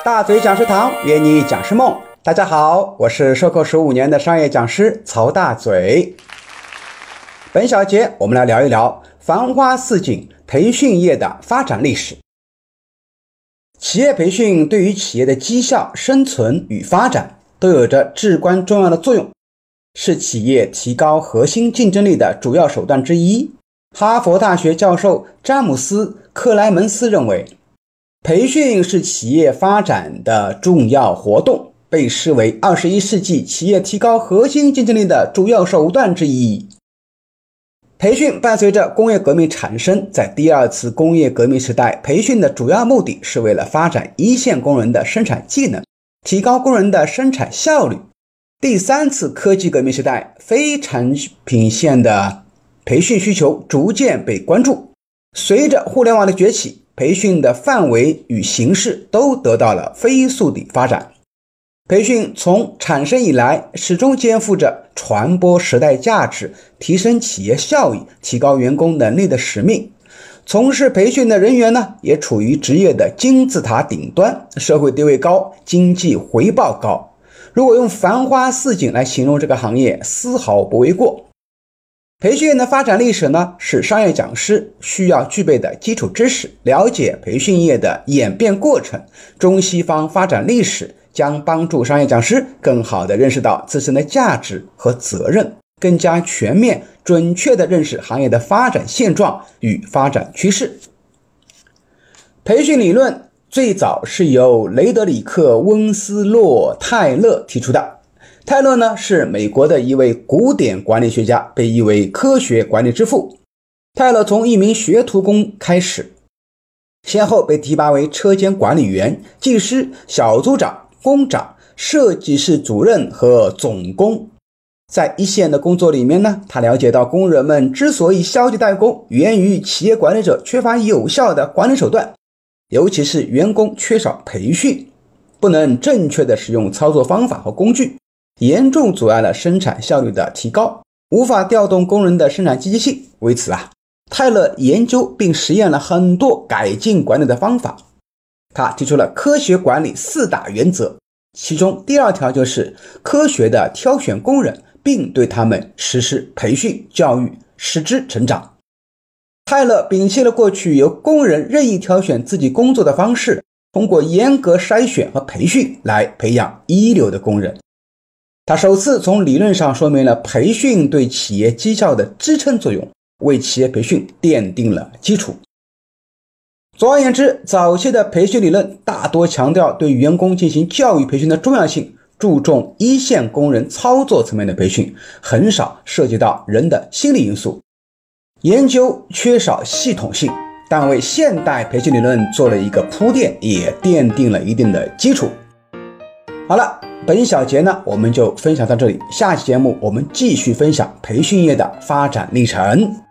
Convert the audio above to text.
大嘴讲师堂，约你讲师梦。大家好，我是授课15年的商业讲师曹大嘴。本小节我们来聊一聊繁花似锦培训业的发展历史。企业培训对于企业的绩效、生存与发展都有着至关重要的作用，是企业提高核心竞争力的主要手段之一。哈佛大学教授詹姆斯·克莱门斯认为，培训是企业发展的重要活动，被视为21世纪企业提高核心竞争力的主要手段之一。培训伴随着工业革命产生，在第二次工业革命时代，培训的主要目的是为了发展一线工人的生产技能，提高工人的生产效率。第三次科技革命时代，非产品线的培训需求逐渐被关注。随着互联网的崛起，培训的范围与形式都得到了飞速的发展。培训从产生以来，始终肩负着传播时代价值、提升企业效益、提高员工能力的使命。从事培训的人员呢，也处于职业的金字塔顶端，社会地位高，经济回报高。如果用繁花似锦来形容这个行业，丝毫不为过。培训的发展历史呢，是商业讲师需要具备的基础知识。了解培训业的演变过程、中西方发展历史，将帮助商业讲师更好地认识到自身的价值和责任，更加全面、准确地认识行业的发展现状与发展趋势。培训理论最早是由雷德里克·温斯洛·泰勒提出的。泰勒呢，是美国的一位古典管理学家，被誉为科学管理之父。泰勒从一名学徒工开始，先后被提拔为车间管理员、技师、小组长、工长、设计室主任和总工。在一线的工作里面呢，他了解到工人们之所以消极怠工，源于企业管理者缺乏有效的管理手段，尤其是员工缺少培训，不能正确的使用操作方法和工具，严重阻碍了生产效率的提高，无法调动工人的生产积极性。为此泰勒研究并实验了很多改进管理的方法。他提出了科学管理4大原则，其中第2条就是科学的挑选工人，并对他们实施培训教育，使之成长。泰勒摒弃了过去由工人任意挑选自己工作的方式，通过严格筛选和培训来培养一流的工人。他首次从理论上说明了培训对企业绩效的支撑作用，为企业培训奠定了基础。总而言之，早期的培训理论大多强调对员工进行教育培训的重要性，注重一线工人操作层面的培训，很少涉及到人的心理因素，研究缺少系统性，但为现代培训理论做了一个铺垫，也奠定了一定的基础。好了，本小节呢，我们就分享到这里，下期节目我们继续分享培训业的发展历程。